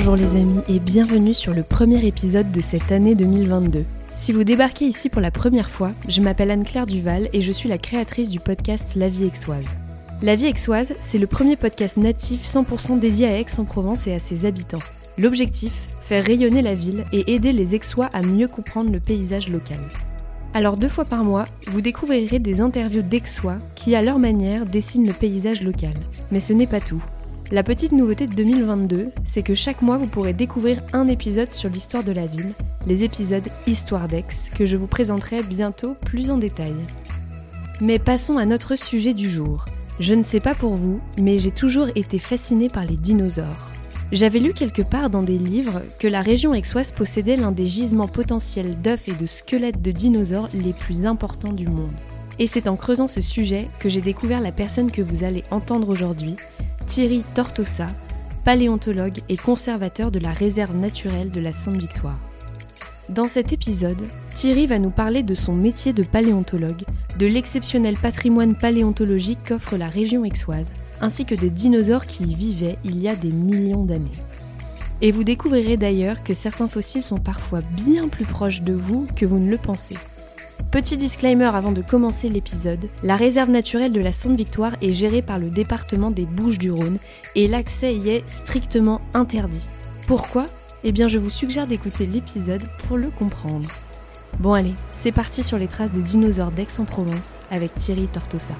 Bonjour les amis et bienvenue sur le premier épisode de cette année 2022. Si vous débarquez ici pour la première fois, je m'appelle Anne-Claire Duval et je suis la créatrice du podcast La Vie Aixoise. La Vie Aixoise, c'est le premier podcast natif 100% dédié à Aix-en-Provence et à ses habitants. L'objectif, faire rayonner la ville et aider les Aixois à mieux comprendre le paysage local. Alors 2 fois par mois, vous découvrirez des interviews d'Aixois qui, à leur manière, dessinent le paysage local. Mais ce n'est pas tout. La petite nouveauté de 2022, c'est que chaque mois vous pourrez découvrir un épisode sur l'histoire de la ville, les épisodes Histoire d'Aix, que je vous présenterai bientôt plus en détail. Mais passons à notre sujet du jour. Je ne sais pas pour vous, mais j'ai toujours été fascinée par les dinosaures. J'avais lu quelque part dans des livres que la région aixoise possédait l'un des gisements potentiels d'œufs et de squelettes de dinosaures les plus importants du monde. Et c'est en creusant ce sujet que j'ai découvert la personne que vous allez entendre aujourd'hui, Thierry Tortosa, paléontologue et conservateur de la réserve naturelle de la Sainte-Victoire. Dans cet épisode, Thierry va nous parler de son métier de paléontologue, de l'exceptionnel patrimoine paléontologique qu'offre la région aixoise, ainsi que des dinosaures qui y vivaient il y a des millions d'années. Et vous découvrirez d'ailleurs que certains fossiles sont parfois bien plus proches de vous que vous ne le pensez. Petit disclaimer avant de commencer l'épisode, la réserve naturelle de la Sainte-Victoire est gérée par le département des Bouches-du-Rhône et l'accès y est strictement interdit. Pourquoi ? Eh bien je vous suggère d'écouter l'épisode pour le comprendre. Bon allez, c'est parti sur les traces des dinosaures d'Aix-en-Provence avec Thierry Tortosa.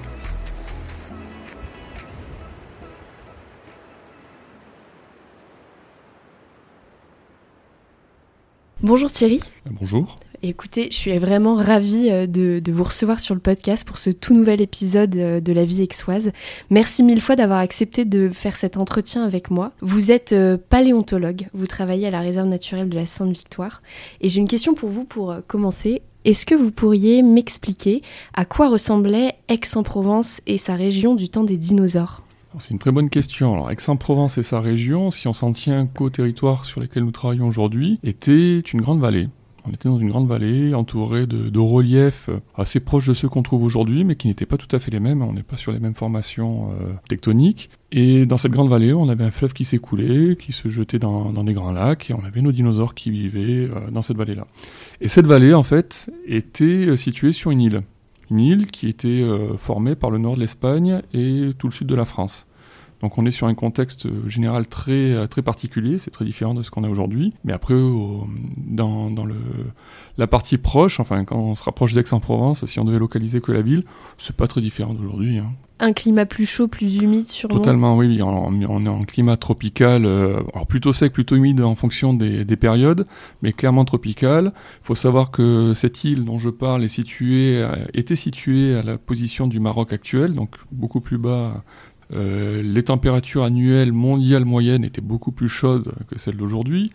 Bonjour Thierry. Bonjour. Écoutez, je suis vraiment ravie de vous recevoir sur le podcast pour ce tout nouvel épisode de La Vie Aixoise. Merci 1000 fois d'avoir accepté de faire cet entretien avec moi. Vous êtes paléontologue, vous travaillez à la réserve naturelle de la Sainte-Victoire. Et j'ai une question pour vous pour commencer. Est-ce que vous pourriez m'expliquer à quoi ressemblait Aix-en-Provence et sa région du temps des dinosaures ? C'est une très bonne question. Alors, Aix-en-Provence et sa région, si on s'en tient qu'au territoire sur lesquels nous travaillons aujourd'hui, était une grande vallée. On était dans une grande vallée entourée de reliefs assez proches de ceux qu'on trouve aujourd'hui, mais qui n'étaient pas tout à fait les mêmes. On n'est pas sur les mêmes formations tectoniques. Et dans cette grande vallée, on avait un fleuve qui s'écoulait, qui se jetait dans des grands lacs, et on avait nos dinosaures qui vivaient dans cette vallée-là. Et cette vallée, en fait, était située sur une île. Une île qui était formée par le nord de l'Espagne et tout le sud de la France. Donc on est sur un contexte général très, très particulier, c'est très différent de ce qu'on a aujourd'hui. Mais après, dans la partie proche, enfin quand on se rapproche d'Aix-en-Provence, si on devait localiser que la ville, c'est pas très différent d'aujourd'hui. Un climat plus chaud, plus humide sûrement ? Totalement, oui. On est en climat tropical, alors plutôt sec, plutôt humide en fonction des périodes, mais clairement tropical. Il faut savoir que cette île dont je parle était située à la position du Maroc actuel, donc beaucoup plus bas. Les températures annuelles mondiales moyennes étaient beaucoup plus chaudes que celles d'aujourd'hui.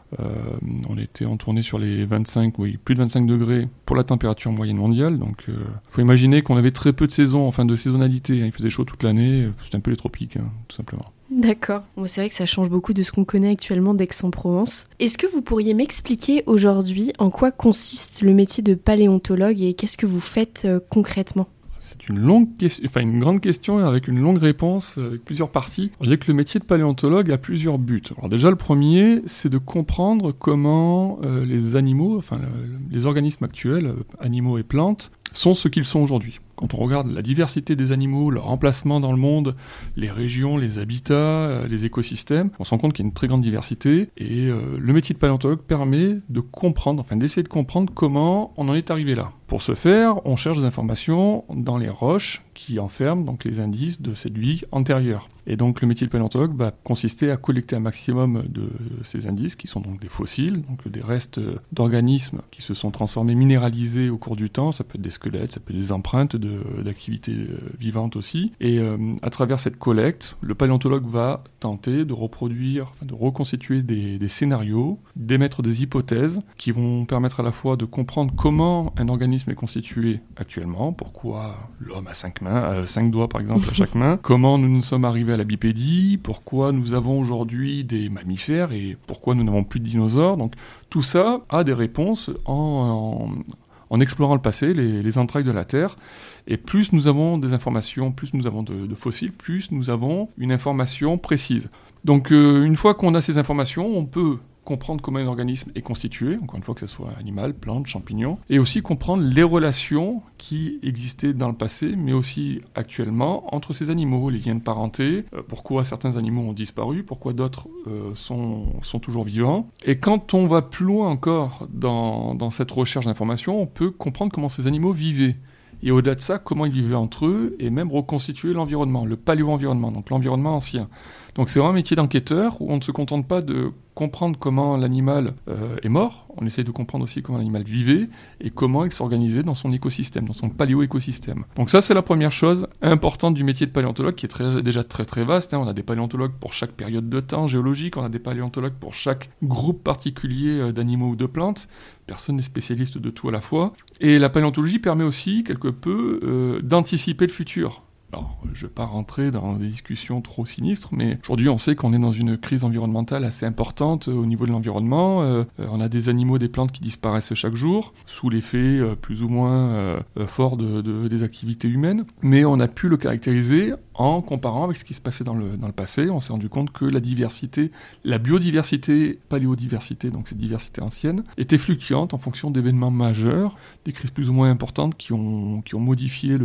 On tournait sur les plus de 25 degrés pour la température moyenne mondiale. Donc, faut imaginer qu'on avait très peu de saisons, enfin de saisonnalité. Il faisait chaud toute l'année. C'était un peu les tropiques, tout simplement. D'accord. Bon, c'est vrai que ça change beaucoup de ce qu'on connaît actuellement d'Aix-en-Provence. Est-ce que vous pourriez m'expliquer aujourd'hui en quoi consiste le métier de paléontologue et qu'est-ce que vous faites concrètement ? C'est une grande question avec une longue réponse, avec plusieurs parties. On dirait que le métier de paléontologue a plusieurs buts. Alors déjà, le premier, c'est de comprendre comment les animaux, les organismes actuels, animaux et plantes, sont ce qu'ils sont aujourd'hui. Quand on regarde la diversité des animaux, leur emplacement dans le monde, les régions, les habitats, les écosystèmes, on se rend compte qu'il y a une très grande diversité. Et le métier de paléontologue permet d'essayer de comprendre comment on en est arrivé là. Pour ce faire, on cherche des informations dans les roches qui enferment donc les indices de cette vie antérieure. Et donc le métier de paléontologue va consister à collecter un maximum de ces indices, qui sont donc des fossiles, donc des restes d'organismes qui se sont transformés, minéralisés au cours du temps. Ça peut être des squelettes, ça peut être des empreintes d'activités vivantes aussi. Et à travers cette collecte, le paléontologue va tenter de reconstituer des scénarios, d'émettre des hypothèses qui vont permettre à la fois de comprendre comment un organisme est constitué actuellement, pourquoi l'homme a 5 doigts par exemple à chaque main, comment nous sommes arrivés à la bipédie, pourquoi nous avons aujourd'hui des mammifères et pourquoi nous n'avons plus de dinosaures. Donc tout ça a des réponses en en explorant le passé, les entrailles de la Terre. Et plus nous avons des informations, plus nous avons de fossiles, plus nous avons une information précise. Donc une fois qu'on a ces informations, on peut comprendre comment un organisme est constitué, encore une fois que ce soit animal, plante, champignon, et aussi comprendre les relations qui existaient dans le passé, mais aussi actuellement, entre ces animaux, les liens de parenté, pourquoi certains animaux ont disparu, pourquoi d'autres sont toujours vivants. Et quand on va plus loin encore dans cette recherche d'informations, on peut comprendre comment ces animaux vivaient. Et au-delà de ça, comment ils vivaient entre eux, et même reconstituer l'environnement, le paléo-environnement, donc l'environnement ancien. Donc c'est vraiment un métier d'enquêteur où on ne se contente pas de comprendre comment l'animal est mort, on essaye de comprendre aussi comment l'animal vivait et comment il s'organisait dans son écosystème, dans son paléo-écosystème. Donc ça, c'est la première chose importante du métier de paléontologue qui est déjà très très vaste. On a des paléontologues pour chaque période de temps géologique, on a des paléontologues pour chaque groupe particulier d'animaux ou de plantes. Personne n'est spécialiste de tout à la fois. Et la paléontologie permet aussi, quelque peu, d'anticiper le futur. Alors, je ne vais pas rentrer dans des discussions trop sinistres, mais aujourd'hui, on sait qu'on est dans une crise environnementale assez importante au niveau de l'environnement. On a des animaux, des plantes qui disparaissent chaque jour, sous l'effet plus ou moins fort des activités humaines. Mais on a pu le caractériser en comparant avec ce qui se passait dans le passé. On s'est rendu compte que la diversité, la biodiversité, paléodiversité, donc cette diversité ancienne, était fluctuante en fonction d'événements majeurs, des crises plus ou moins importantes qui ont modifié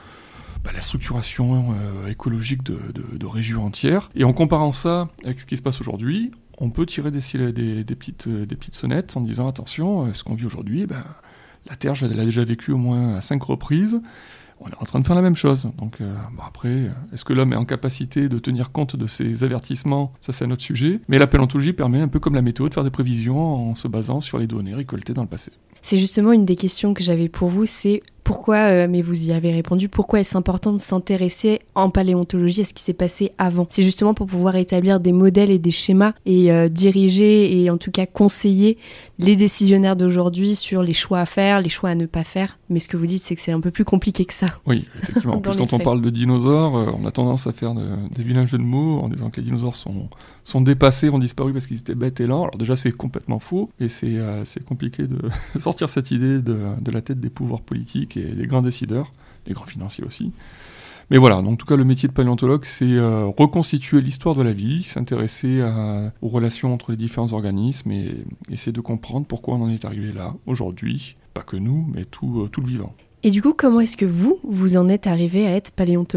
la structuration écologique de régions entières. Et en comparant ça avec ce qui se passe aujourd'hui, on peut tirer des petites sonnettes en disant attention, ce qu'on vit aujourd'hui, la Terre, elle a déjà vécu au moins à 5 reprises. On est en train de faire la même chose. Donc après, est-ce que l'homme est en capacité de tenir compte de ces avertissements ? Ça, c'est un autre sujet. Mais la paléontologie permet, un peu comme la météo, de faire des prévisions en se basant sur les données récoltées dans le passé. C'est justement une des questions que j'avais pour vous, c'est pourquoi, mais vous y avez répondu, pourquoi est-ce important de s'intéresser en paléontologie à ce qui s'est passé avant ? C'est justement pour pouvoir établir des modèles et des schémas et diriger et en tout cas conseiller les décisionnaires d'aujourd'hui sur les choix à faire, les choix à ne pas faire. Mais ce que vous dites, c'est que c'est un peu plus compliqué que ça. Oui, effectivement. En plus, quand on parle de dinosaures, on a tendance à faire des vilains jeux de mots en disant que les dinosaures sont dépassés, ont disparu parce qu'ils étaient bêtes et lents. Alors déjà, c'est complètement faux et c'est compliqué de sortir cette idée de la tête des pouvoirs politiques et des grands décideurs, des grands financiers aussi. Mais voilà, donc en tout cas, le métier de paléontologue, c'est reconstituer l'histoire de la vie, s'intéresser aux relations entre les différents organismes et essayer de comprendre pourquoi on en est arrivé là, aujourd'hui. Pas que nous, mais tout le vivant. Et du coup, comment est-ce que vous en êtes arrivé à être paléontologue ?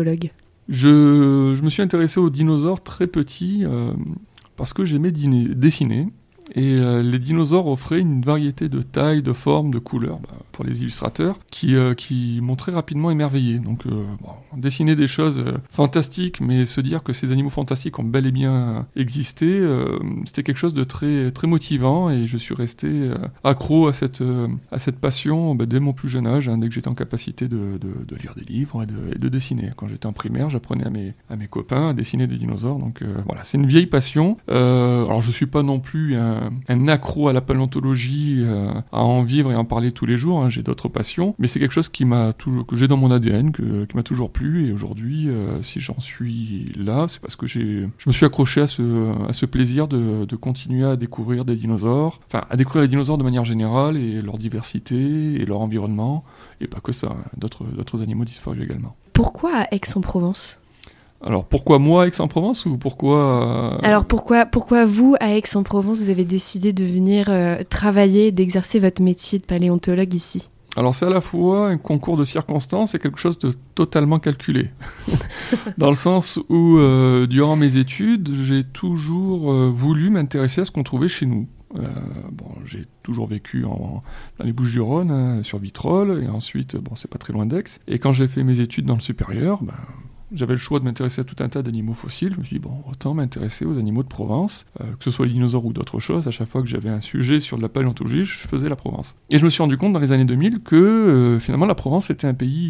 Je me suis intéressé aux dinosaures très petits parce que j'aimais dessiner. Et les dinosaures offraient une variété de tailles, de formes, de couleurs pour les illustrateurs qui m'ont très rapidement émerveillé. Donc dessiner des choses fantastiques, mais se dire que ces animaux fantastiques ont bel et bien existé, c'était quelque chose de très, très motivant et je suis resté accro à cette passion dès mon plus jeune âge, dès que j'étais en capacité de lire des livres et de dessiner. Quand j'étais en primaire, j'apprenais à mes copains à dessiner des dinosaures. Donc voilà, c'est une vieille passion. Alors je suis pas non plus un accro à la paléontologie, à en vivre et en parler tous les jours. J'ai d'autres passions, mais c'est quelque chose que j'ai dans mon ADN, qui m'a toujours plu. Et aujourd'hui, si j'en suis là, c'est parce que je me suis accroché à ce plaisir de continuer à découvrir des dinosaures, enfin à découvrir les dinosaures de manière générale et leur diversité et leur environnement, et pas que ça, d'autres animaux disparus également. Pourquoi à Aix-en-Provence ? Alors pourquoi moi à Aix-en-Provence ou pourquoi Alors pourquoi vous à Aix-en-Provence vous avez décidé de venir travailler, d'exercer votre métier de paléontologue ici ? Alors c'est à la fois un concours de circonstances et quelque chose de totalement calculé. Dans le sens où durant mes études, j'ai toujours voulu m'intéresser à ce qu'on trouvait chez nous. J'ai toujours vécu dans les Bouches-du-Rhône, sur Vitrolles, et ensuite, c'est pas très loin d'Aix. Et quand j'ai fait mes études dans le supérieur, j'avais le choix de m'intéresser à tout un tas d'animaux fossiles. Je me suis dit, autant m'intéresser aux animaux de Provence, que ce soit les dinosaures ou d'autres choses. À chaque fois que j'avais un sujet sur de la paléontologie, je faisais la Provence. Et je me suis rendu compte dans les années 2000 que finalement la Provence était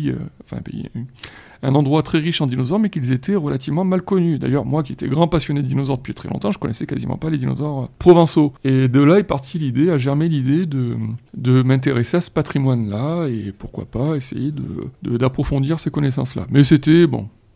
un endroit très riche en dinosaures, mais qu'ils étaient relativement mal connus. D'ailleurs, moi qui étais grand passionné de dinosaures depuis très longtemps, je connaissais quasiment pas les dinosaures provençaux. Et de là a germé l'idée de m'intéresser à ce patrimoine-là, et pourquoi pas essayer d'approfondir ces connaissances-là. Mais c'était,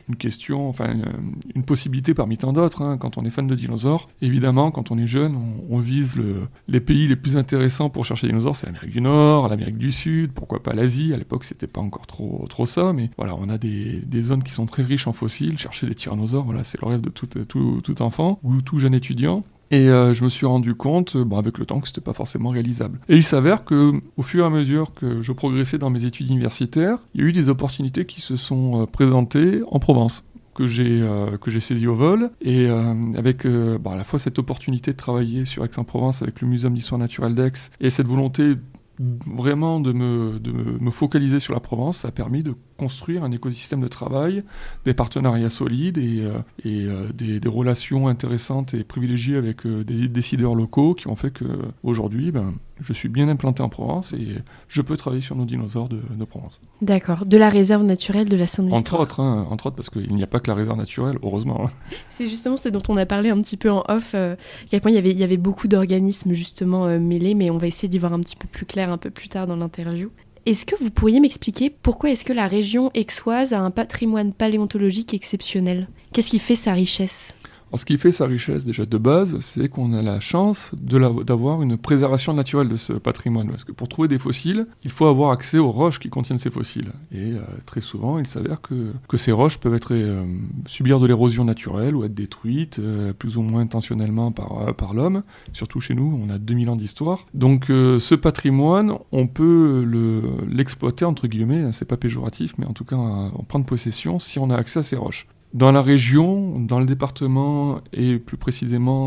une question, une possibilité parmi tant d'autres, hein. Quand on est fan de dinosaures, évidemment, quand on est jeune, on vise les pays les plus intéressants pour chercher des dinosaures, c'est l'Amérique du Nord, l'Amérique du Sud, pourquoi pas l'Asie. À l'époque, c'était pas encore trop ça, mais voilà, on a des zones qui sont très riches en fossiles. Chercher des tyrannosaures, voilà, c'est le rêve de tout enfant ou tout jeune étudiant. Et je me suis rendu compte, avec le temps, que c'était pas forcément réalisable. Et il s'avère que, au fur et à mesure que je progressais dans mes études universitaires, il y a eu des opportunités qui se sont présentées en Provence, que j'ai saisi au vol, et avec à la fois cette opportunité de travailler sur Aix-en-Provence avec le Muséum d'Histoire Naturelle d'Aix, et cette volonté vraiment de me focaliser sur la Provence, ça a permis de construire un écosystème de travail, des partenariats solides et des relations intéressantes et privilégiées avec des décideurs locaux qui ont fait qu'aujourd'hui, je suis bien implanté en Provence et je peux travailler sur nos dinosaures de Provence. D'accord, de la réserve naturelle de la Sainte-Victoire. Entre autres, parce qu'il n'y a pas que la réserve naturelle, heureusement. Hein. C'est justement ce dont on a parlé un petit peu en off, à quel point il y avait beaucoup d'organismes justement mêlés, mais on va essayer d'y voir un petit peu plus clair un peu plus tard dans l'interview. Est-ce que vous pourriez m'expliquer pourquoi est-ce que la région aixoise a un patrimoine paléontologique exceptionnel ? Qu'est-ce qui fait sa richesse ? Alors, ce qui fait sa richesse déjà de base, c'est qu'on a la chance d'avoir une préservation naturelle de ce patrimoine. Parce que pour trouver des fossiles, il faut avoir accès aux roches qui contiennent ces fossiles. Et très souvent, il s'avère que ces roches peuvent subir de l'érosion naturelle ou être détruites, plus ou moins intentionnellement par l'homme. Surtout chez nous, on a 2000 ans d'histoire. Donc ce patrimoine, on peut l'exploiter, entre guillemets, hein, c'est pas péjoratif, mais en tout cas, en prendre possession si on a accès à ces roches. Dans la région, dans le département et plus précisément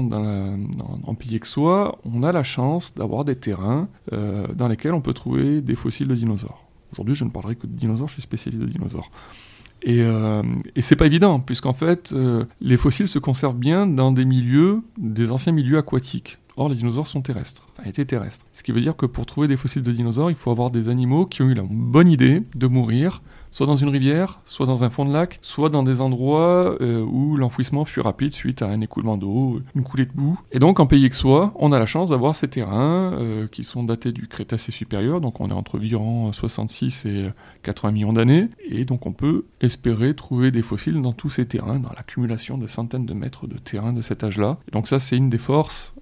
en Pays aixois, on a la chance d'avoir des terrains dans lesquels on peut trouver des fossiles de dinosaures. Aujourd'hui, je ne parlerai que de dinosaures, je suis spécialiste de dinosaures. Et c'est pas évident, puisqu'en fait, les fossiles se conservent bien dans des anciens milieux aquatiques. Or, les dinosaures sont terrestres, étaient terrestres. Ce qui veut dire que pour trouver des fossiles de dinosaures, il faut avoir des animaux qui ont eu la bonne idée de mourir, soit dans une rivière, soit dans un fond de lac, soit dans des endroits où l'enfouissement fut rapide suite à un écoulement d'eau, une coulée de boue. Et donc, en Pays aixois, on a la chance d'avoir ces terrains qui sont datés du Crétacé supérieur, donc on est entre environ 66 et 80 millions d'années, et donc on peut espérer trouver des fossiles dans tous ces terrains, dans l'accumulation de centaines de mètres de terrain de cet âge-là. Et donc ça, c'est une des forces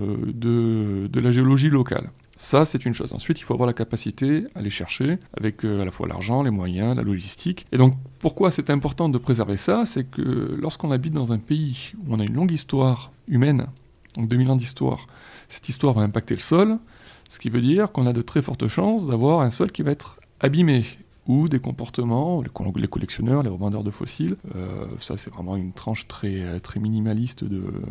de la géologie locale. Ça, c'est une chose. Ensuite, il faut avoir la capacité à les chercher avec à la fois l'argent, les moyens, la logistique. Et donc, pourquoi c'est important de préserver ça ? C'est que lorsqu'on habite dans un pays où on a une longue histoire humaine, donc 2000 ans d'histoire, cette histoire va impacter le sol, ce qui veut dire qu'on a de très fortes chances d'avoir un sol qui va être abîmé, ou des comportements, les collectionneurs, les revendeurs de fossiles, ça c'est vraiment une tranche très, très minimaliste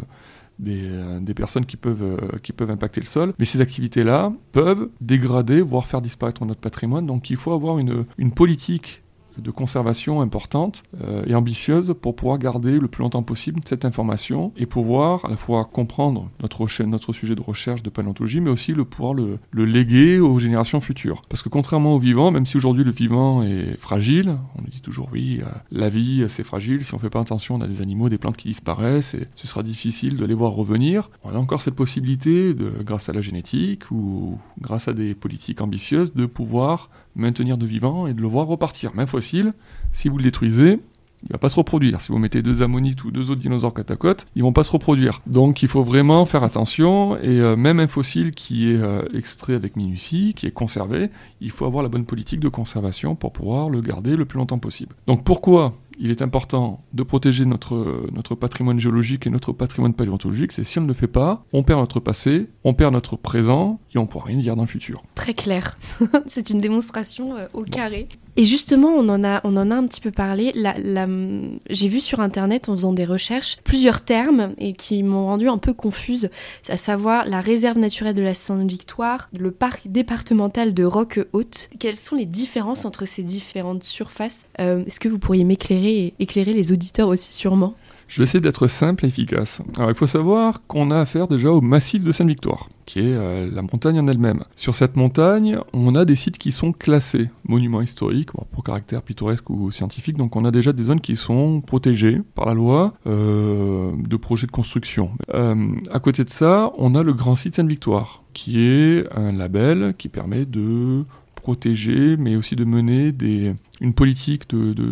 des personnes qui peuvent impacter le sol. Mais ces activités-là peuvent dégrader, voire faire disparaître notre patrimoine. Donc il faut avoir une politique de conservation importante et ambitieuse pour pouvoir garder le plus longtemps possible cette information et pouvoir à la fois comprendre notre sujet de recherche de paléontologie, mais aussi pouvoir le léguer aux générations futures. Parce que contrairement au vivant, même si aujourd'hui le vivant est fragile, on nous dit toujours oui, la vie c'est fragile, si on ne fait pas attention, on a des animaux, des plantes qui disparaissent et ce sera difficile de les voir revenir. On a encore cette possibilité, grâce à la génétique ou grâce à des politiques ambitieuses, de pouvoir maintenir de vivant et de le voir repartir. Même fossile, si vous le détruisez, il ne va pas se reproduire. Si vous mettez 2 ammonites ou 2 autres dinosaures côte à côte, ils ne vont pas se reproduire. Donc il faut vraiment faire attention et même un fossile qui est extrait avec minutie, qui est conservé, il faut avoir la bonne politique de conservation pour pouvoir le garder le plus longtemps possible. Donc pourquoi il est important de protéger notre patrimoine géologique et notre patrimoine paléontologique, c'est si on ne le fait pas, on perd notre passé, on perd notre présent et on ne pourra rien dire dans le futur. Très clair. C'est une démonstration au carré. Et justement, on en a un petit peu parlé. J'ai vu sur Internet, en faisant des recherches, plusieurs termes et qui m'ont rendu un peu confuse, à savoir la réserve naturelle de la Sainte-Victoire, le parc départemental de Roque-Haute. Quelles sont les différences entre ces différentes surfaces ? Est-ce que vous pourriez m'éclairer et éclairer les auditeurs aussi sûrement ? Je vais essayer d'être simple et efficace. Alors il faut savoir qu'on a affaire déjà au massif de Sainte-Victoire, qui est la montagne en elle-même. Sur cette montagne, on a des sites qui sont classés, monuments historiques, pour caractère pittoresque ou scientifique, donc on a déjà des zones qui sont protégées par la loi de projets de construction. À côté de ça, on a le grand site Sainte-Victoire, qui est un label qui permet de protéger, mais aussi de mener une politique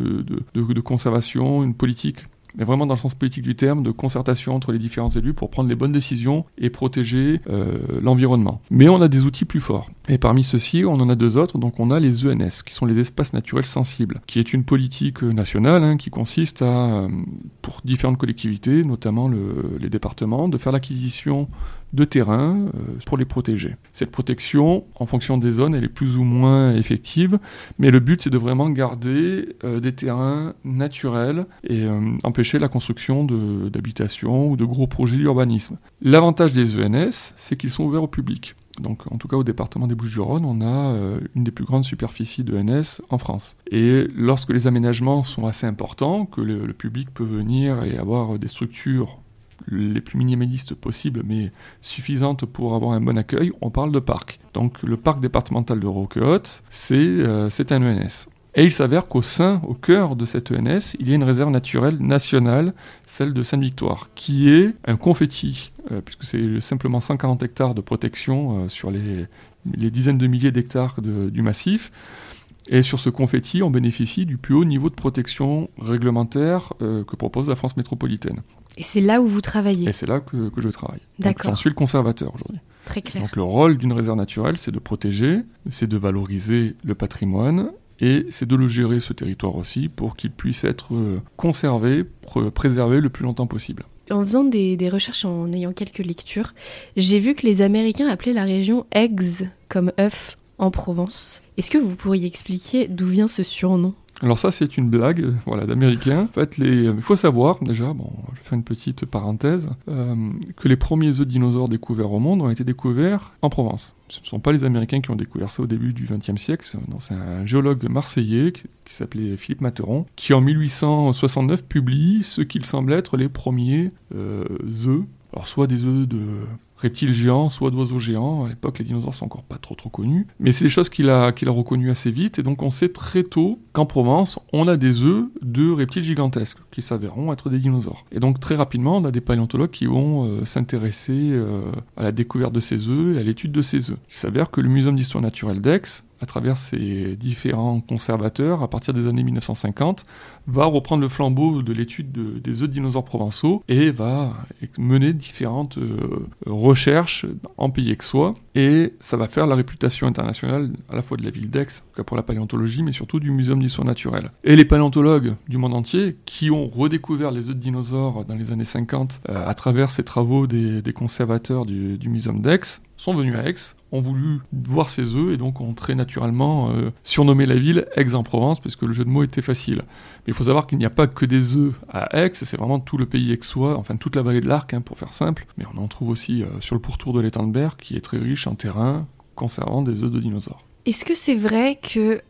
de conservation, une politique, mais vraiment dans le sens politique du terme, de concertation entre les différents élus pour prendre les bonnes décisions et protéger l'environnement. Mais on a des outils plus forts. Et parmi ceux-ci, on en a 2 autres. Donc on a les ENS, qui sont les espaces naturels sensibles, qui est une politique nationale qui consiste à, pour différentes collectivités, notamment les départements, de faire l'acquisition de terrains pour les protéger. Cette protection, en fonction des zones, elle est plus ou moins effective, mais le but c'est de vraiment garder des terrains naturels et empêcher la construction d'habitations ou de gros projets d'urbanisme. L'avantage des ENS, c'est qu'ils sont ouverts au public. Donc, en tout cas, au département des Bouches-du-Rhône, on a une des plus grandes superficies d'ENS en France. Et lorsque les aménagements sont assez importants, que le public peut venir et avoir des structures les plus minimalistes possibles, mais suffisantes pour avoir un bon accueil, on parle de parc. Donc le parc départemental de Roquehaute, c'est un ENS. Et il s'avère au cœur de cette ENS, il y a une réserve naturelle nationale, celle de Sainte-Victoire, qui est un confetti, puisque c'est simplement 140 hectares de protection sur les dizaines de milliers d'hectares du massif. Et sur ce confetti, on bénéficie du plus haut niveau de protection réglementaire que propose la France métropolitaine. Et c'est là où vous travaillez ? Et c'est là que je travaille. D'accord. Donc, j'en suis le conservateur aujourd'hui. Très clair. Donc le rôle d'une réserve naturelle, c'est de protéger, c'est de valoriser le patrimoine, et c'est de le gérer, ce territoire aussi, pour qu'il puisse être conservé, préservé le plus longtemps possible. En faisant des recherches, en ayant quelques lectures, j'ai vu que les Américains appelaient la région Eggs, comme œuf, en Provence. Est-ce que vous pourriez expliquer d'où vient ce surnom ? Alors ça, c'est une blague d'Américains. En fait, il faut savoir, déjà, je vais faire une petite parenthèse, que les premiers œufs de dinosaures découverts au monde ont été découverts en Provence. Ce ne sont pas les Américains qui ont découvert ça au début du XXe siècle, c'est un géologue marseillais qui s'appelait Philippe Materon, qui en 1869 publie ce qu'il semble être les premiers œufs. Alors soit des œufs de reptiles géants, soit d'oiseaux géants. À l'époque, les dinosaures sont encore pas trop connus. Mais c'est des choses qu'il a reconnues assez vite. Et donc, on sait très tôt qu'en Provence, on a des œufs de reptiles gigantesques qui s'avéreront être des dinosaures. Et donc, très rapidement, on a des paléontologues qui vont s'intéresser à la découverte de ces œufs et à l'étude de ces œufs. Il s'avère que le Muséum d'histoire naturelle d'Aix, à travers ses différents conservateurs, à partir des années 1950, va reprendre le flambeau de l'étude des œufs de dinosaures provençaux et va mener différentes recherches en pays aixois. Et ça va faire la réputation internationale à la fois de la ville d'Aix, en tout cas pour la paléontologie, mais surtout du Muséum d'histoire naturelle. Et les paléontologues du monde entier, qui ont redécouvert les œufs de dinosaures dans les années 50 à travers ces travaux des conservateurs du Muséum d'Aix, sont venus à Aix, ont voulu voir ces œufs et donc ont très naturellement surnommé la ville Aix-en-Provence parce que le jeu de mots était facile. Mais il faut savoir qu'il n'y a pas que des œufs à Aix, c'est vraiment tout le pays aixois, enfin toute la vallée de l'Arc pour faire simple, mais on en trouve aussi sur le pourtour de l'étang de Berre qui est très riche en terrain conservant des œufs de dinosaures. Est-ce que c'est vrai que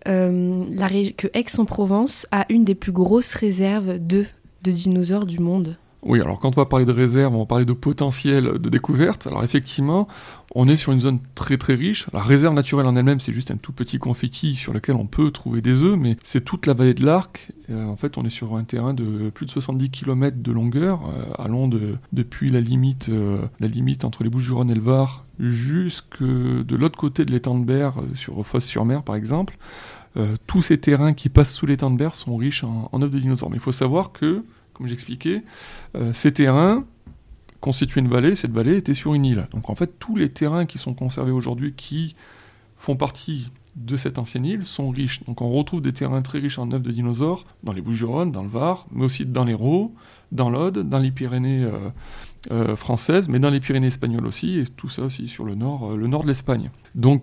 Aix-en-Provence a une des plus grosses réserves de dinosaures du monde ? Oui, alors quand on va parler de réserve, on va parler de potentiel de découverte. Alors effectivement, on est sur une zone très très riche. La réserve naturelle en elle-même, c'est juste un tout petit confetti sur lequel on peut trouver des œufs, mais c'est toute la vallée de l'Arc. En fait, on est sur un terrain de plus de 70 km de longueur, allant depuis la limite entre les Bouches-du-Rhône et le Var, jusque de l'autre côté de l'étang de Berre, sur Fos-sur-Mer par exemple. Tous ces terrains qui passent sous l'étang de Berre sont riches en œufs de dinosaures. Mais il faut savoir que, comme j'expliquais, ces terrains constituaient une vallée, cette vallée était sur une île. Donc en fait, tous les terrains qui sont conservés aujourd'hui, qui font partie de cette ancienne île, sont riches. Donc on retrouve des terrains très riches en œufs de dinosaures, dans les Bouches-du-Rhône, dans le Var, mais aussi dans l'Hérault, dans l'Aude, dans les Pyrénées françaises, mais dans les Pyrénées espagnoles aussi, et tout ça aussi sur le nord de l'Espagne. Donc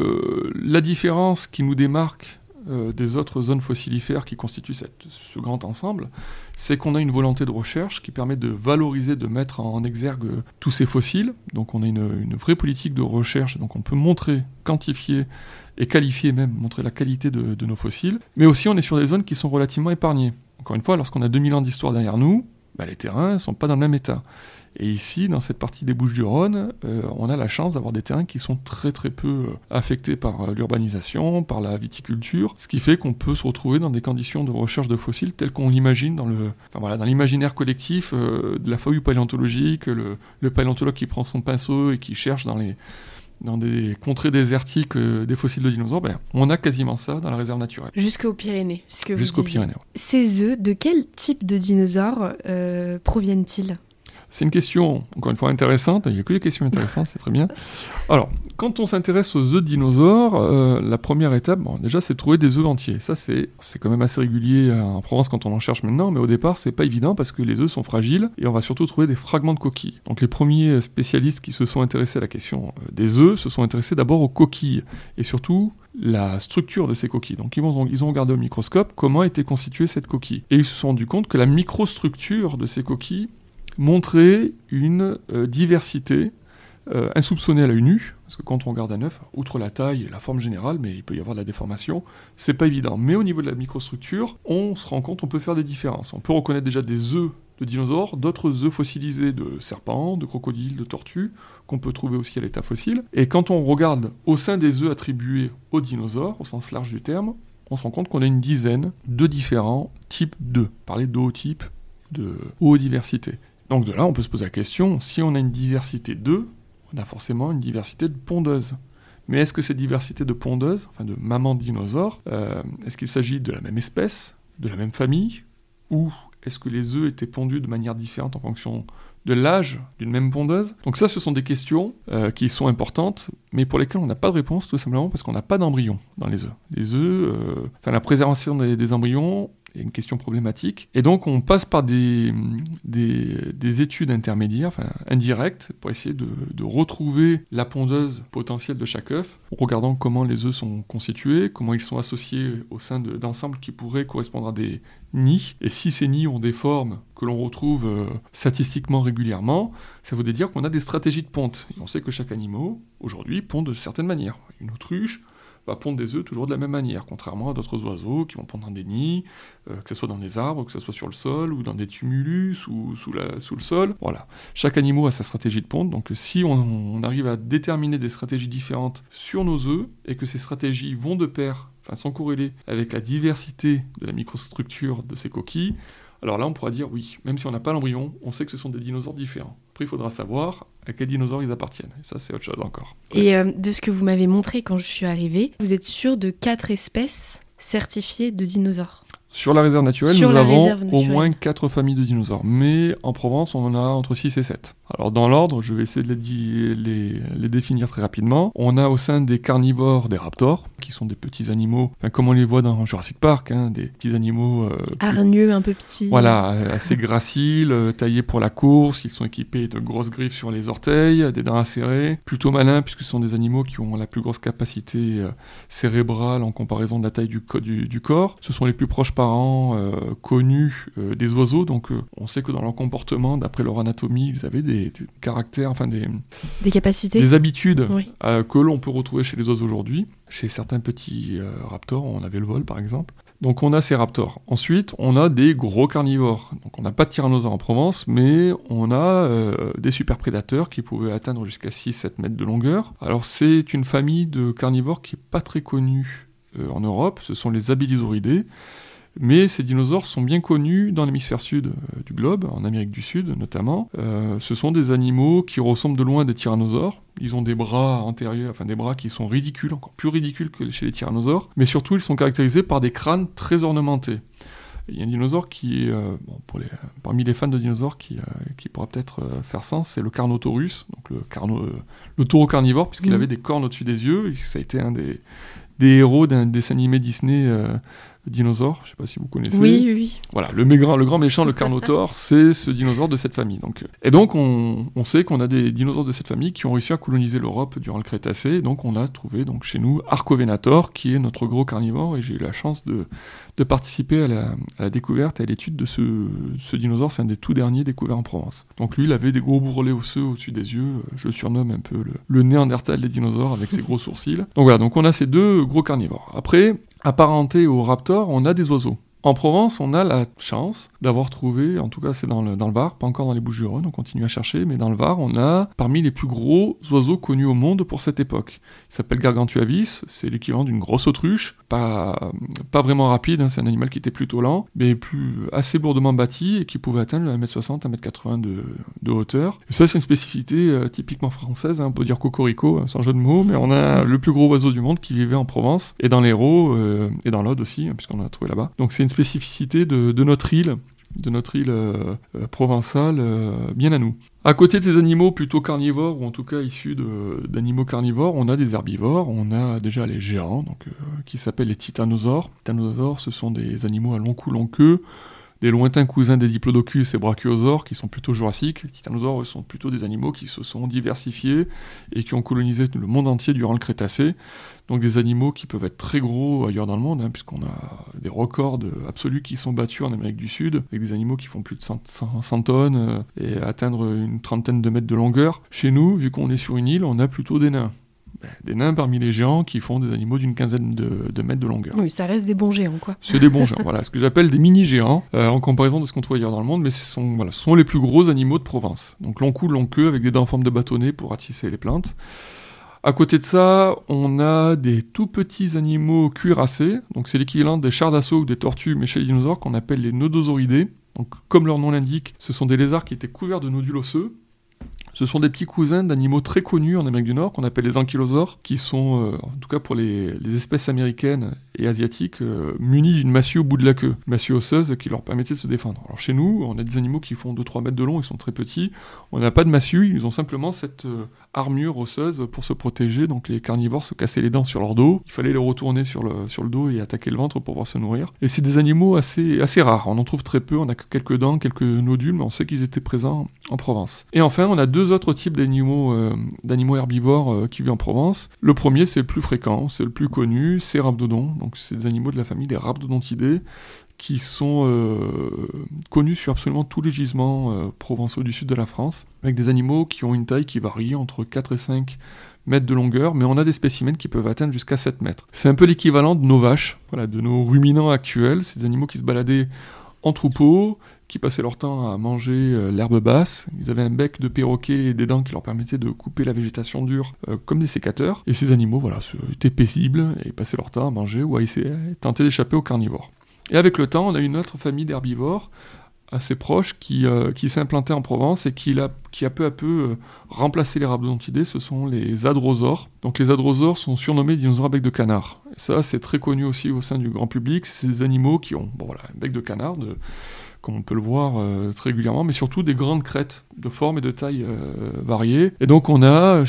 la différence qui nous démarque des autres zones fossilifères qui constituent ce grand ensemble, c'est qu'on a une volonté de recherche qui permet de valoriser, de mettre en exergue tous ces fossiles. Donc on a une vraie politique de recherche, donc on peut montrer, quantifier et qualifier même, montrer la qualité de nos fossiles. Mais aussi on est sur des zones qui sont relativement épargnées. Encore une fois, lorsqu'on a 2000 ans d'histoire derrière nous, les terrains ne sont pas dans le même état. Et ici, dans cette partie des Bouches-du-Rhône, on a la chance d'avoir des terrains qui sont très très peu affectés par l'urbanisation, par la viticulture, ce qui fait qu'on peut se retrouver dans des conditions de recherche de fossiles telles qu'on l'imagine dans l'imaginaire collectif de la fouille paléontologique, le paléontologue qui prend son pinceau et qui cherche dans des contrées désertiques des fossiles de dinosaures, on a quasiment ça dans la réserve naturelle. Jusqu'aux Pyrénées, ce que vous Jusqu'aux disiez. Pyrénées. Ouais. Ces œufs, de quel type de dinosaures proviennent-ils ? C'est une question, encore une fois, intéressante. Il n'y a que des questions intéressantes, c'est très bien. Alors, quand on s'intéresse aux œufs de dinosaures, la première étape, déjà, c'est de trouver des œufs entiers. Ça, c'est quand même assez régulier en Provence quand on en cherche maintenant, mais au départ, c'est pas évident parce que les œufs sont fragiles et on va surtout trouver des fragments de coquilles. Donc, les premiers spécialistes qui se sont intéressés à la question des œufs se sont intéressés d'abord aux coquilles et surtout la structure de ces coquilles. Donc, ils ont regardé au microscope comment était constituée cette coquille. Et ils se sont rendus compte que la microstructure de ces coquilles montrer une diversité insoupçonnée à l'œil nu, parce que quand on regarde un œuf, outre la taille et la forme générale, mais il peut y avoir de la déformation, c'est pas évident. Mais au niveau de la microstructure, on se rend compte, on peut faire des différences. On peut reconnaître déjà des œufs de dinosaures, d'autres œufs fossilisés de serpents, de crocodiles, de tortues, qu'on peut trouver aussi à l'état fossile. Et quand on regarde au sein des œufs attribués aux dinosaures, au sens large du terme, on se rend compte qu'on a une dizaine de différents types d'œufs. Parler d'ootypes, de oodiversité. Donc de là, on peut se poser la question, si on a une diversité d'œufs, on a forcément une diversité de pondeuses. Mais est-ce que cette diversité de pondeuses, enfin de mamans dinosaures, est-ce qu'il s'agit de la même espèce, de la même famille, ou est-ce que les œufs étaient pondus de manière différente en fonction de l'âge d'une même pondeuse ? Donc ça, ce sont des questions qui sont importantes, mais pour lesquelles on n'a pas de réponse, tout simplement parce qu'on n'a pas d'embryons dans les œufs. Les œufs, la préservation des embryons, il y a une question problématique. Et donc, on passe par des études intermédiaires, indirectes, pour essayer de retrouver la pondeuse potentielle de chaque œuf, en regardant comment les œufs sont constitués, comment ils sont associés au sein d'ensembles qui pourraient correspondre à des nids. Et si ces nids ont des formes que l'on retrouve statistiquement régulièrement, ça veut dire qu'on a des stratégies de ponte. Et on sait que chaque animal, aujourd'hui, pond de certaines manières. Une autruche va pondre des œufs toujours de la même manière, contrairement à d'autres oiseaux qui vont pondre dans des nids, que ce soit dans des arbres, que ce soit sur le sol, ou dans des tumulus, ou sous le sol. Voilà. Chaque animal a sa stratégie de ponte, donc si on arrive à déterminer des stratégies différentes sur nos œufs, et que ces stratégies vont de pair, sans corréler avec la diversité de la microstructure de ces coquilles, alors là on pourra dire oui, même si on n'a pas l'embryon, on sait que ce sont des dinosaures différents. Après il faudra savoir à quels dinosaures ils appartiennent, et ça c'est autre chose encore. Et de ce que vous m'avez montré quand je suis arrivée, vous êtes sûr de 4 espèces certifiées de dinosaures ? Sur la réserve naturelle, nous avons au moins 4 familles de dinosaures, mais en Provence on en a entre 6 et 7. Alors dans l'ordre, je vais essayer de les définir très rapidement. On a au sein des carnivores des raptors, qui sont des petits animaux, comme on les voit dans Jurassic Park, des petits animaux... hargneux, un peu petits. Voilà, assez graciles, taillés pour la course, ils sont équipés de grosses griffes sur les orteils, des dents acérées, plutôt malins puisque ce sont des animaux qui ont la plus grosse capacité cérébrale en comparaison de la taille du corps. Ce sont les plus proches parents connus des oiseaux, donc on sait que dans leur comportement, d'après leur anatomie, ils avaient des caractères, des capacités, des habitudes oui. Que l'on peut retrouver chez les oiseaux aujourd'hui. Chez certains petits raptors, on avait le vol par exemple. Donc on a ces raptors. Ensuite, on a des gros carnivores. Donc on n'a pas de tyrannosaure en Provence, mais on a des super prédateurs qui pouvaient atteindre jusqu'à 6-7 mètres de longueur. Alors c'est une famille de carnivores qui n'est pas très connue en Europe, ce sont les Abélizauridés. Mais ces dinosaures sont bien connus dans l'hémisphère sud du globe, en Amérique du Sud notamment. Ce sont des animaux qui ressemblent de loin à des tyrannosaures. Ils ont des bras antérieurs, des bras qui sont ridicules, encore plus ridicules que chez les tyrannosaures. Mais surtout, ils sont caractérisés par des crânes très ornementés. Il y a un dinosaure qui, parmi les fans de dinosaures, qui pourra peut-être faire sens, c'est le Carnotaurus, donc le taureau carnivore, puisqu'il avait des cornes au-dessus des yeux. Et ça a été un des héros d'un dessin animé Disney dinosaure, je ne sais pas si vous connaissez. Oui. Voilà, le grand méchant, le Carnotaure, c'est ce dinosaure de cette famille. Donc on sait qu'on a des dinosaures de cette famille qui ont réussi à coloniser l'Europe durant le Crétacé. Donc on a trouvé chez nous Archovenator, qui est notre gros carnivore, et j'ai eu la chance de participer à la découverte et à l'étude de ce dinosaure. C'est un des tout derniers découverts en Provence. Donc lui, il avait des gros bourrelets osseux au-dessus des yeux. Je le surnomme un peu le Néandertal des dinosaures avec ses gros sourcils. Donc voilà, on a ces deux gros carnivores. Après, apparentés aux raptors, on a des oiseaux. En Provence, on a la chance d'avoir trouvé, en tout cas c'est dans le Var, pas encore dans les Bouches-du-Rhône, on continue à chercher, mais dans le Var, on a parmi les plus gros oiseaux connus au monde pour cette époque. Il s'appelle Gargantua avis, c'est l'équivalent d'une grosse autruche, pas vraiment rapide, c'est un animal qui était plutôt lent, mais assez lourdement bâti et qui pouvait atteindre 1m60, 1m80 de hauteur. Et ça c'est une spécificité typiquement française, on peut dire cocorico, sans jeu de mots, mais on a le plus gros oiseau du monde qui vivait en Provence, et dans l'Hérault, et dans l'Aude aussi, puisqu'on l'a trouvé là-bas. Donc c'est une spécificité de notre île, provençale, bien à nous. À côté de ces animaux plutôt carnivores, ou en tout cas issus d'animaux carnivores, on a des herbivores, on a déjà les géants, qui s'appellent les titanosaures. Les titanosaures, ce sont des animaux à long cou, long queue, des lointains cousins des diplodocus et brachiosaures qui sont plutôt jurassiques. Les titanosaures sont plutôt des animaux qui se sont diversifiés et qui ont colonisé le monde entier durant le Crétacé. Donc des animaux qui peuvent être très gros ailleurs dans le monde, puisqu'on a des records absolus qui sont battus en Amérique du Sud, avec des animaux qui font plus de 100 tonnes et atteindre une trentaine de mètres de longueur. Chez nous, vu qu'on est sur une île, on a plutôt des nains. Des nains parmi les géants qui font des animaux d'une quinzaine de mètres de longueur. Oui, ça reste des bons géants, quoi. C'est des bons géants, voilà, ce que j'appelle des mini-géants, en comparaison de ce qu'on trouve ailleurs dans le monde, mais ce sont les plus gros animaux de Provence. Donc long cou, long queue, avec des dents en forme de bâtonnet pour ratisser les plantes. À côté de ça, on a des tout petits animaux cuirassés, donc c'est l'équivalent des chars d'assaut ou des tortues, mais chez les dinosaures, qu'on appelle les nodosauridés. Donc comme leur nom l'indique, ce sont des lézards qui étaient couverts de nodules osseux. Ce sont des petits cousins d'animaux très connus en Amérique du Nord, qu'on appelle les ankylosaures, qui sont, en tout cas pour les espèces américaines et asiatiques, munis d'une massue au bout de la queue, massue osseuse qui leur permettait de se défendre. Alors chez nous, on a des animaux qui font 2-3 mètres de long, ils sont très petits, on n'a pas de massue, ils ont simplement cette armure osseuse pour se protéger, donc les carnivores se cassaient les dents sur leur dos, il fallait les retourner sur le dos et attaquer le ventre pour pouvoir se nourrir. Et c'est des animaux assez rares, on en trouve très peu, on a que quelques dents, quelques nodules, mais on sait qu'ils étaient présents en Provence. Et enfin, on a deux autres types d'animaux herbivores qui vivent en Provence. Le premier, c'est le plus fréquent, c'est le plus connu, c'est Rhabdodon. Donc c'est des animaux de la famille des Rhabdodontidés qui sont connus sur absolument tous les gisements provençaux du sud de la France, avec des animaux qui ont une taille qui varie entre 4 et 5 mètres de longueur, mais on a des spécimens qui peuvent atteindre jusqu'à 7 mètres. C'est un peu l'équivalent de nos vaches, de nos ruminants actuels, c'est des animaux qui se baladaient en troupeau, qui passaient leur temps à manger l'herbe basse. Ils avaient un bec de perroquet et des dents qui leur permettaient de couper la végétation dure comme des sécateurs. Et ces animaux étaient paisibles et passaient leur temps à manger ou à tenter d'échapper aux carnivores. Et avec le temps, on a une autre famille d'herbivores assez proche qui s'est implantée en Provence et qui a peu à peu remplacé les rhabdodontidés. Ce sont les hadrosaures. Donc les hadrosaures sont surnommés dinosaures à bec de canard. Et ça, c'est très connu aussi au sein du grand public. C'est des animaux qui ont un bec de canard, comme on peut le voir très régulièrement, mais surtout des grandes crêtes de forme et de taille variées. Et donc on a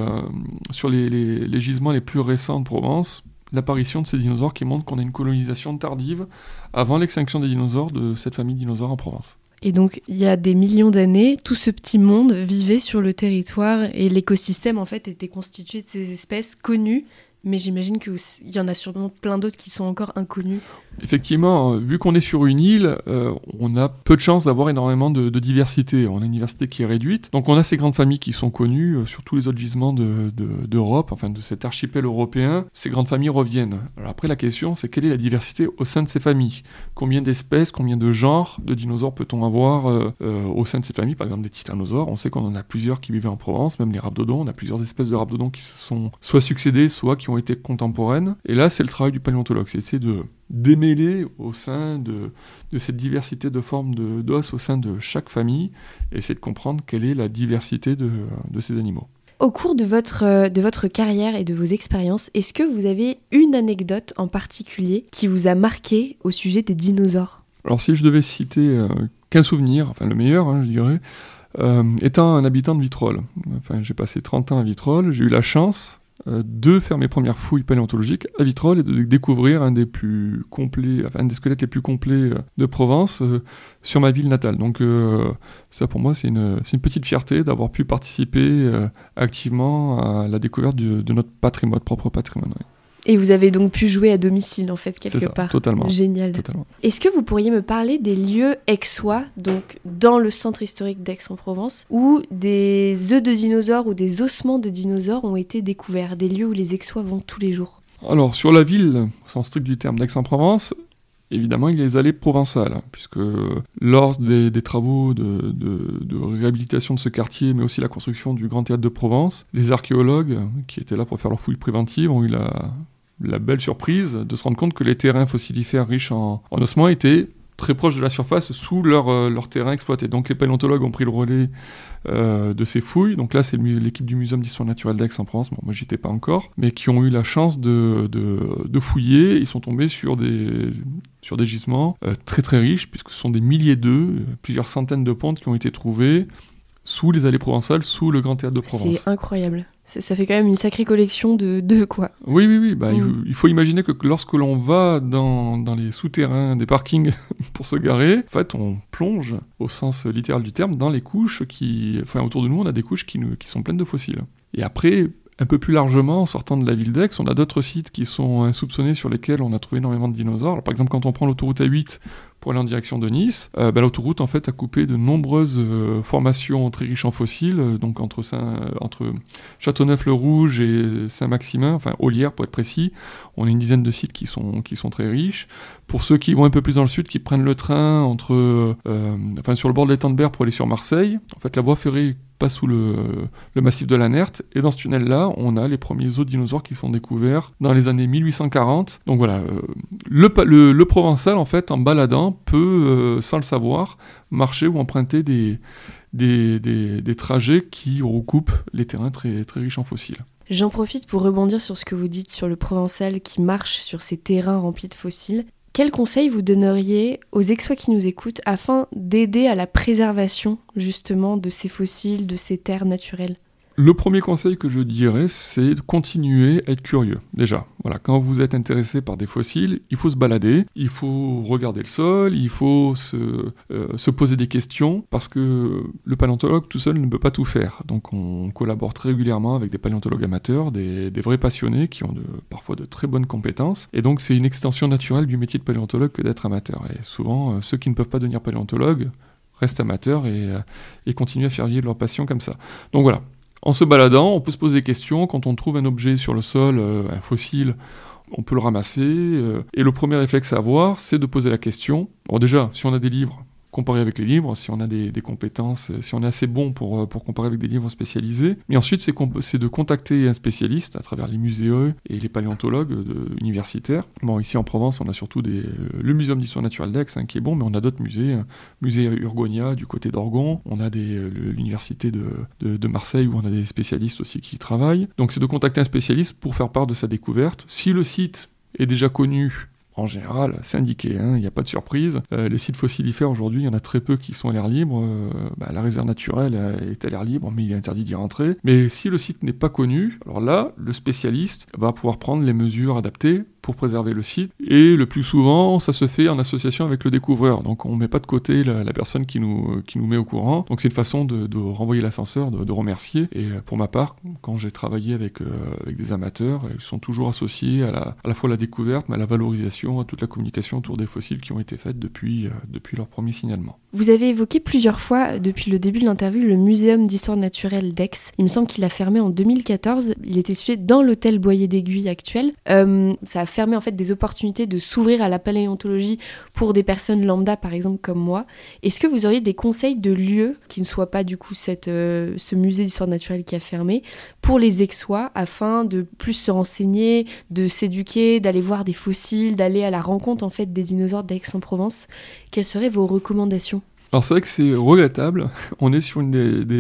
sur les gisements les plus récents de Provence, l'apparition de ces dinosaures qui montrent qu'on a une colonisation tardive avant l'extinction des dinosaures de cette famille de dinosaures en Provence. Et donc, il y a des millions d'années, tout ce petit monde vivait sur le territoire et l'écosystème, en fait, était constitué de ces espèces connues, mais j'imagine qu'il y en a sûrement plein d'autres qui sont encore inconnus. Effectivement, vu qu'on est sur une île, on a peu de chances d'avoir énormément de diversité. On a une diversité qui est réduite. Donc on a ces grandes familles qui sont connues sur tous les autres gisements d'Europe, enfin de cet archipel européen. Ces grandes familles reviennent. Alors après, la question, c'est quelle est la diversité au sein de ces familles ? Combien d'espèces, combien de genres de dinosaures peut-on avoir au sein de ces familles ? Par exemple, des titanosaures, on sait qu'on en a plusieurs qui vivaient en Provence, même les rhabdodons. On a plusieurs espèces de rhabdodons qui se sont soit succédés, soit qui ont été contemporaines. Et là, c'est le travail du paléontologue, c'est essayer de démêler au sein de cette diversité de formes d'os au sein de chaque famille, et essayer de comprendre quelle est la diversité de ces animaux. Au cours de votre carrière et de vos expériences, est-ce que vous avez une anecdote en particulier qui vous a marqué au sujet des dinosaures ? Alors si je devais citer qu'un souvenir, enfin le meilleur, je dirais, étant un habitant de Vitrolles. Enfin, j'ai passé 30 ans à Vitrolles, j'ai eu la chance de faire mes premières fouilles paléontologiques à Vitrolles et de découvrir un des squelettes les plus complets de Provence sur ma ville natale. Donc ça pour moi c'est une petite fierté d'avoir pu participer activement à la découverte de notre patrimoine, propre patrimoine. Oui. Et vous avez donc pu jouer à domicile, en fait, quelque part. Totalement. Génial. Totalement. Est-ce que vous pourriez me parler des lieux aixois, donc dans le centre historique d'Aix-en-Provence, où des œufs de dinosaures ou des ossements de dinosaures ont été découverts, des lieux où les aixois vont tous les jours ? Alors, sur la ville, au sens strict du terme d'Aix-en-Provence, évidemment, il y a les allées provençales, puisque lors des travaux de réhabilitation de ce quartier, mais aussi la construction du Grand Théâtre de Provence, les archéologues qui étaient là pour faire leurs fouilles préventives ont eu la belle surprise de se rendre compte que les terrains fossilifères riches en ossements étaient très proches de la surface sous leur terrain exploité. Donc les paléontologues ont pris le relais de ces fouilles. Donc là, c'est l'équipe du Muséum d'histoire naturelle d'Aix en Provence, bon, moi j'y étais pas encore, mais qui ont eu la chance de fouiller. Ils sont tombés sur des gisements très très riches, puisque ce sont des milliers d'œufs, plusieurs centaines de pontes qui ont été trouvées sous les allées provençales, sous le Grand Théâtre de Provence. C'est incroyable. Ça fait quand même une sacrée collection de quoi. Oui. Il faut imaginer que lorsque l'on va dans les souterrains des parkings pour se garer, en fait, on plonge, au sens littéral du terme, dans les couches autour de nous, on a des couches qui sont pleines de fossiles. Et après, un peu plus largement, en sortant de la ville d'Aix, on a d'autres sites qui sont insoupçonnés sur lesquels on a trouvé énormément de dinosaures. Alors, par exemple, quand on prend l'autoroute A8 pour aller en direction de Nice, l'autoroute en fait a coupé de nombreuses formations très riches en fossiles, donc entre Châteauneuf-le-Rouge et Saint-Maximin, enfin Ollières pour être précis, on a une dizaine de sites qui sont très riches. Pour ceux qui vont un peu plus dans le sud, qui prennent le train sur le bord de l'étang de Berre pour aller sur Marseille, en fait la voie ferrée passe sous le massif de la Nerte, et dans ce tunnel-là, on a les premiers os de dinosaures qui sont découverts dans les années 1840. Donc voilà, le Provençal, en fait, en baladant, peut, sans le savoir, marcher ou emprunter des trajets qui recoupent les terrains très, très riches en fossiles. J'en profite pour rebondir sur ce que vous dites sur le Provençal qui marche sur ces terrains remplis de fossiles. Quels conseils vous donneriez aux Aixois qui nous écoutent afin d'aider à la préservation justement de ces fossiles, de ces terres naturelles ? Le premier conseil que je dirais, c'est de continuer à être curieux. Déjà, voilà, quand vous êtes intéressé par des fossiles, il faut se balader, il faut regarder le sol, il faut se poser des questions, parce que le paléontologue tout seul ne peut pas tout faire. Donc on collabore très régulièrement avec des paléontologues amateurs, des vrais passionnés qui ont parfois de très bonnes compétences. Et donc c'est une extension naturelle du métier de paléontologue que d'être amateur. Et souvent, ceux qui ne peuvent pas devenir paléontologues restent amateurs et continuent à faire vivre leur passion comme ça. Donc voilà. En se baladant, on peut se poser des questions. Quand on trouve un objet sur le sol, un fossile, on peut le ramasser. Et le premier réflexe à avoir, c'est de poser la question. Alors déjà, si on a des livres, comparer avec les livres, si on a des compétences, si on est assez bon pour comparer avec des livres spécialisés. Mais ensuite, c'est de contacter un spécialiste à travers les muséums et les paléontologues universitaires. Bon, ici en Provence, on a surtout le Muséum d'histoire naturelle d'Aix, qui est bon, mais on a d'autres musées. Musée Urgonia du côté d'Orgon. On a l'université de Marseille où on a des spécialistes aussi qui y travaillent. Donc c'est de contacter un spécialiste pour faire part de sa découverte. Si le site est déjà connu, en général, c'est indiqué, il n'y a pas de surprise. Les sites fossilifères, aujourd'hui, il y en a très peu qui sont à l'air libre. La réserve naturelle est à l'air libre, mais il est interdit d'y rentrer. Mais si le site n'est pas connu, alors là, le spécialiste va pouvoir prendre les mesures adaptées pour préserver le site. Et le plus souvent, ça se fait en association avec le découvreur. Donc on ne met pas de côté la personne qui nous met au courant. Donc c'est une façon de renvoyer l'ascenseur, de remercier. Et pour ma part, quand j'ai travaillé avec des amateurs, ils sont toujours associés à la fois à la découverte, mais à la valorisation, à toute la communication autour des fossiles qui ont été faites depuis leur premier signalement. Vous avez évoqué plusieurs fois, depuis le début de l'interview, le Muséum d'histoire naturelle d'Aix. Il me semble qu'il a fermé en 2014. Il était situé dans l'hôtel Boyer d'Aiguille actuel. Ça a fermé en fait des opportunités de s'ouvrir à la paléontologie pour des personnes lambda, par exemple comme moi. Est-ce que vous auriez des conseils de lieux qui ne soient pas du coup ce musée d'histoire naturelle qui a fermé pour les Aixois afin de plus se renseigner, de s'éduquer, d'aller voir des fossiles, d'aller à la rencontre en fait des dinosaures d'Aix-en-Provence? Quelles seraient vos recommandations? Alors c'est vrai que c'est regrettable, on est sur un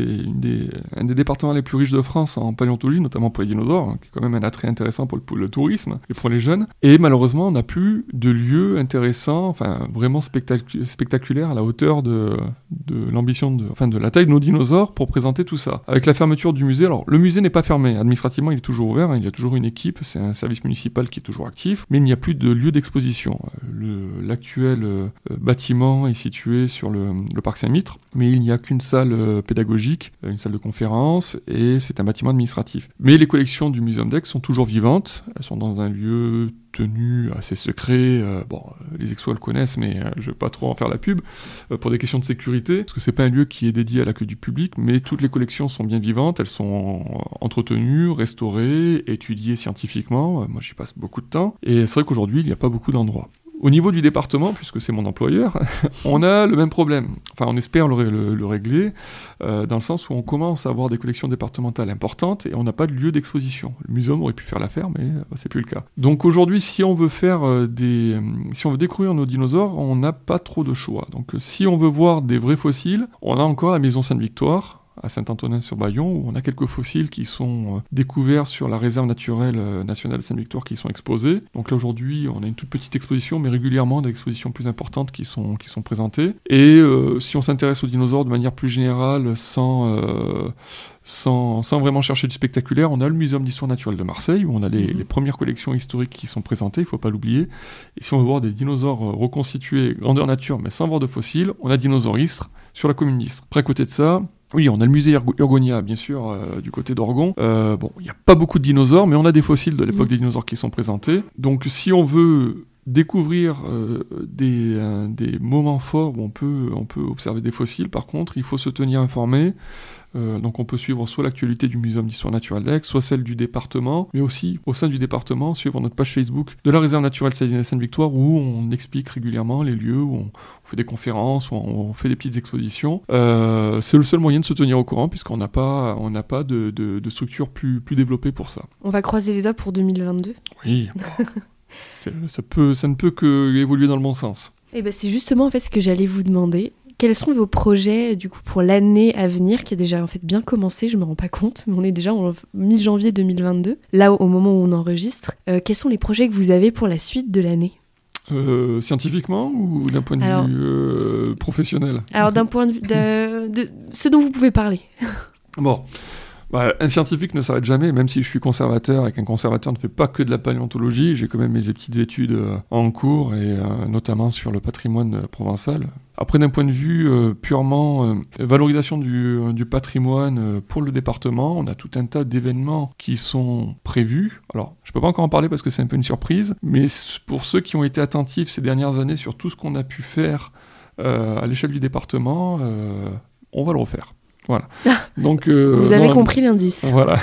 des départements les plus riches de France en paléontologie, notamment pour les dinosaures, qui est quand même un attrait intéressant pour le tourisme et pour les jeunes, et malheureusement on n'a plus de lieux intéressants, vraiment spectaculaires à la hauteur de l'ambition, de la taille de nos dinosaures pour présenter tout ça. Avec la fermeture du musée, alors le musée n'est pas fermé, administrativement il est toujours ouvert, il y a toujours une équipe, c'est un service municipal qui est toujours actif, mais il n'y a plus de lieu d'exposition. L'actuel bâtiment est situé sur le parc Saint-Mitre, mais il n'y a qu'une salle pédagogique, une salle de conférence, et c'est un bâtiment administratif. Mais les collections du Muséum d'Aix sont toujours vivantes, elles sont dans un lieu tenu assez secret, les Aixois le connaissent, mais je ne vais pas trop en faire la pub, pour des questions de sécurité, parce que c'est pas un lieu qui est dédié à l'accueil du public, mais toutes les collections sont bien vivantes, elles sont entretenues, restaurées, étudiées scientifiquement, moi j'y passe beaucoup de temps, et c'est vrai qu'aujourd'hui il n'y a pas beaucoup d'endroits. Au niveau du département, puisque c'est mon employeur, on a le même problème. Enfin, on espère le régler, dans le sens où on commence à avoir des collections départementales importantes et on n'a pas de lieu d'exposition. Le muséum aurait pu faire l'affaire, mais c'est plus le cas. Donc aujourd'hui, si on veut si on veut découvrir nos dinosaures, on n'a pas trop de choix. Donc si on veut voir des vrais fossiles, on a encore la maison Sainte-Victoire, à Saint-Antonin-sur-Bayon, où on a quelques fossiles qui sont découverts sur la réserve naturelle nationale Sainte-Victoire qui sont exposés. Donc là aujourd'hui, on a une toute petite exposition, mais régulièrement des expositions plus importantes qui sont présentées. Et si on s'intéresse aux dinosaures de manière plus générale, sans vraiment chercher du spectaculaire, on a le Muséum d'histoire naturelle de Marseille, où on a les premières collections historiques qui sont présentées, il ne faut pas l'oublier. Et si on veut voir des dinosaures reconstitués grandeur nature, mais sans voir de fossiles, on a Dinosaures Istres sur la commune d'Istres. Après, à côté de ça, oui, on a le musée Urgonia, bien sûr, du côté d'Orgon. Bon, il n'y a pas beaucoup de dinosaures, mais on a des fossiles de l'époque des dinosaures qui sont présentés. Donc, si on veut découvrir des moments forts où on peut observer des fossiles, par contre, il faut se tenir informé. Donc on peut suivre soit l'actualité du Muséum d'histoire naturelle d'Aix, soit celle du département, mais aussi au sein du département, suivre notre page Facebook de la réserve naturelle Sainte-Victoire où on explique régulièrement les lieux, où on fait des conférences, où on fait des petites expositions. C'est le seul moyen de se tenir au courant puisqu'on n'a pas de structure plus développée pour ça. On va croiser les doigts pour 2022. Oui, ça ne peut que évoluer dans le bon sens. Et ben c'est justement en fait ce que j'allais vous demander. Quels sont vos projets du coup pour l'année à venir qui a déjà en fait bien commencé, je me rends pas compte, mais on est déjà en mi-janvier 2022, là au moment où on enregistre. Quels sont les projets que vous avez pour la suite de l'année ? Scientifiquement ou d'un point de vue professionnel ? Alors d'un point de vue de ce dont vous pouvez parler. Bon. Un scientifique ne s'arrête jamais, même si je suis conservateur et qu'un conservateur ne fait pas que de la paléontologie, j'ai quand même mes petites études en cours, et notamment sur le patrimoine provençal. Après, d'un point de vue purement valorisation du patrimoine pour le département, on a tout un tas d'événements qui sont prévus. Alors, je ne peux pas encore en parler parce que c'est un peu une surprise, mais pour ceux qui ont été attentifs ces dernières années sur tout ce qu'on a pu faire à l'échelle du département, on va le refaire. Voilà. Donc, vous avez compris l'indice. Voilà.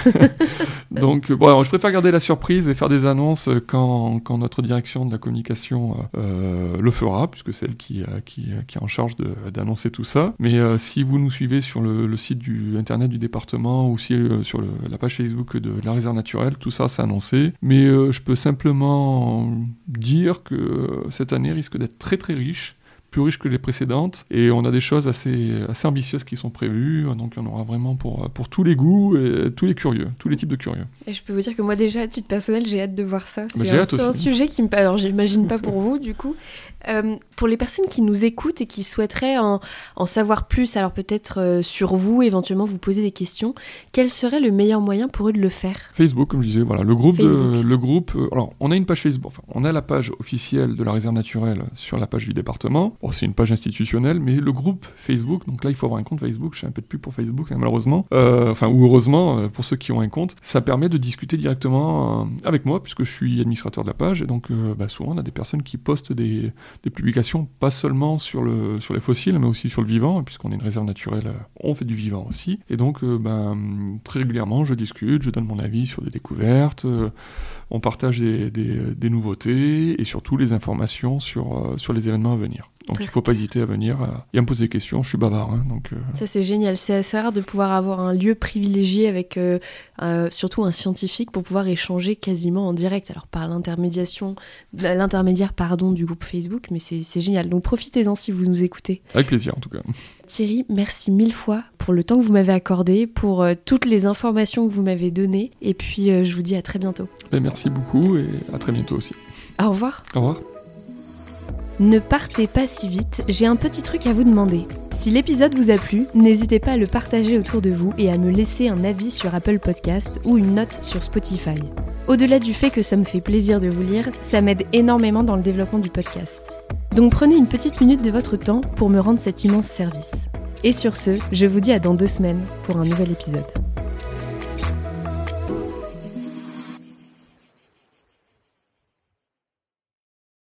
Donc, bon, je préfère garder la surprise et faire des annonces quand notre direction de la communication le fera, puisque c'est elle qui est en charge d'annoncer tout ça. Mais si vous nous suivez sur le site internet du département ou sur la page Facebook de la réserve naturelle, tout ça, c'est annoncé. Mais je peux simplement dire que cette année risque d'être très très riche. Plus riche que les précédentes, et on a des choses assez ambitieuses qui sont prévues, donc il y en aura vraiment pour tous les goûts et tous les curieux, tous les types de curieux. Et je peux vous dire que moi déjà, à titre personnel, j'ai hâte de voir ça. C'est un sujet qui me... Alors j'imagine pas pour vous du coup. Pour les personnes qui nous écoutent et qui souhaiteraient en savoir plus, alors peut-être sur vous, éventuellement vous poser des questions, quel serait le meilleur moyen pour eux de le faire ? Facebook, comme je disais, voilà, le groupe. Alors, on a une page Facebook, on a la page officielle de la réserve naturelle sur la page du département. Bon, c'est une page institutionnelle, mais le groupe Facebook, donc là, il faut avoir un compte Facebook. Je fais un peu de pub pour Facebook, hein, malheureusement. Ou heureusement, pour ceux qui ont un compte, ça permet de discuter directement avec moi, puisque je suis administrateur de la page, et donc souvent, on a des personnes qui postent des publications, pas seulement sur les fossiles, mais aussi sur le vivant, puisqu'on est une réserve naturelle, on fait du vivant aussi. Et donc, très régulièrement, je discute, je donne mon avis sur des découvertes, on partage des nouveautés, et surtout les informations sur les événements à venir. Donc il ne faut pas hésiter à venir et à me poser des questions, je suis bavard. Hein, donc, Ça c'est génial, c'est assez rare de pouvoir avoir un lieu privilégié avec surtout un scientifique pour pouvoir échanger quasiment en direct, alors par l'intermédiaire du groupe Facebook, mais c'est génial, donc profitez-en si vous nous écoutez. Avec plaisir en tout cas. Thierry, merci 1000 fois pour le temps que vous m'avez accordé, pour toutes les informations que vous m'avez données, et puis je vous dis à très bientôt. Et merci beaucoup et à très bientôt aussi. Au revoir. Au revoir. Ne partez pas si vite, j'ai un petit truc à vous demander. Si l'épisode vous a plu, n'hésitez pas à le partager autour de vous et à me laisser un avis sur Apple Podcast ou une note sur Spotify. Au-delà du fait que ça me fait plaisir de vous lire, ça m'aide énormément dans le développement du podcast. Donc prenez une petite minute de votre temps pour me rendre cet immense service. Et sur ce, je vous dis à dans 2 semaines pour un nouvel épisode.